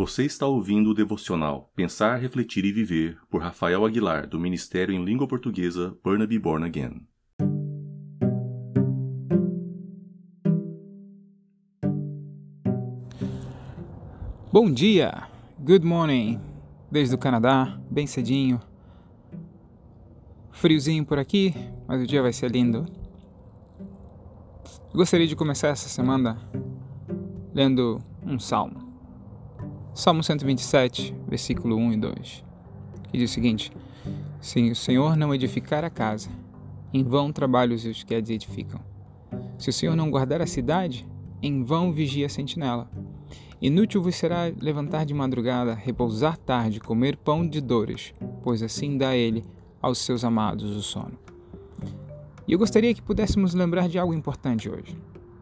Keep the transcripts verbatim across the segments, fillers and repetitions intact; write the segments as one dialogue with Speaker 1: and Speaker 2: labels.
Speaker 1: Você está ouvindo o devocional Pensar, Refletir e Viver, por Rafael Aguilar, do Ministério em Língua Portuguesa Burnaby Born Again.
Speaker 2: Bom dia! Good morning! Desde o Canadá, bem cedinho. Friozinho por aqui, mas o dia vai ser lindo. Gostaria de começar essa semana lendo um salmo. Salmo cento e vinte e sete, versículo um e dois, que diz o seguinte: Se o Senhor não edificar a casa, em vão trabalham os que a edificam. Se o Senhor não guardar a cidade, em vão vigia a sentinela. Inútil vos será levantar de madrugada, repousar tarde, comer pão de dores, pois assim dá ele aos seus amados o sono. E eu gostaria que pudéssemos lembrar de algo importante hoje.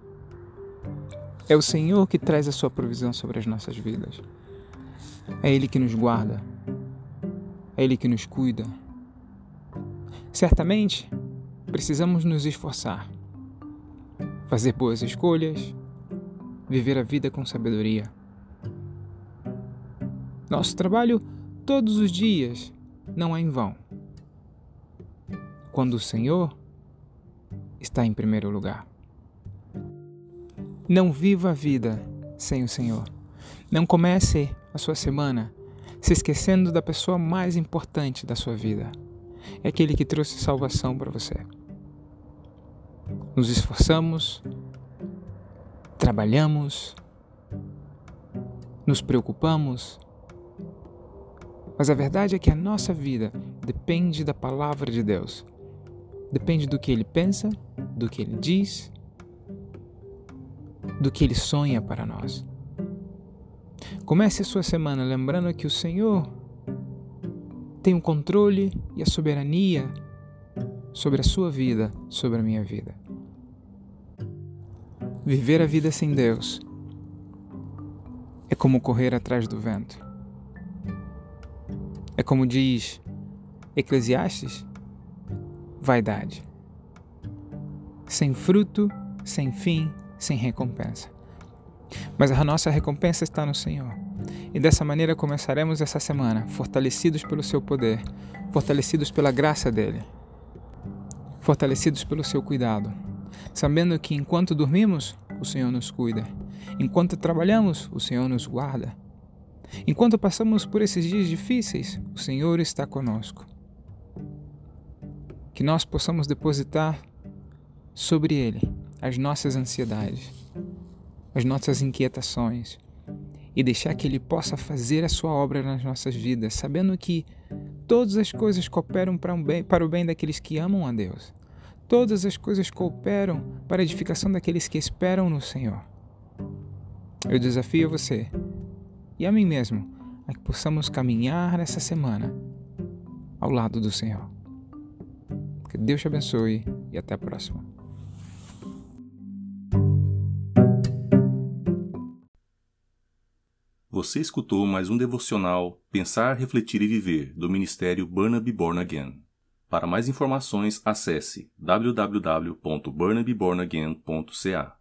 Speaker 2: É o Senhor que traz a sua provisão sobre as nossas vidas. É Ele que nos guarda. É Ele que nos cuida. Certamente, precisamos nos esforçar, fazer boas escolhas, viver a vida com sabedoria. Nosso trabalho todos os dias não é em vão, quando o Senhor está em primeiro lugar. Não viva a vida sem o Senhor. Não comece a sua semana se esquecendo da pessoa mais importante da sua vida. É aquele que trouxe salvação para você. Nos esforçamos, trabalhamos, nos preocupamos, mas a verdade é que a nossa vida depende da palavra de Deus. Depende do que Ele pensa, do que Ele diz, do que Ele sonha para nós. Comece a sua semana lembrando que o Senhor tem o controle e a soberania sobre a sua vida, sobre a minha vida. Viver a vida sem Deus é como correr atrás do vento. É como diz Eclesiastes, vaidade. Sem fruto, sem fim, sem recompensa. Mas a nossa recompensa está no Senhor. E dessa maneira começaremos essa semana, fortalecidos pelo seu poder, fortalecidos pela graça dele, fortalecidos pelo seu cuidado, sabendo que enquanto dormimos, o Senhor nos cuida. Enquanto trabalhamos, o Senhor nos guarda. Enquanto passamos por esses dias difíceis, o Senhor está conosco. Que nós possamos depositar sobre Ele as nossas ansiedades, as nossas inquietações, e deixar que Ele possa fazer a sua obra nas nossas vidas, sabendo que todas as coisas cooperam para, um bem, para o bem daqueles que amam a Deus. Todas as coisas cooperam para a edificação daqueles que esperam no Senhor. Eu desafio você e a mim mesmo a que possamos caminhar nessa semana ao lado do Senhor. Que Deus te abençoe e até a próxima.
Speaker 1: Você escutou mais um devocional Pensar, Refletir e Viver, do Ministério Burnaby Born Again. Para mais informações, acesse w w w ponto burnaby born again ponto c a.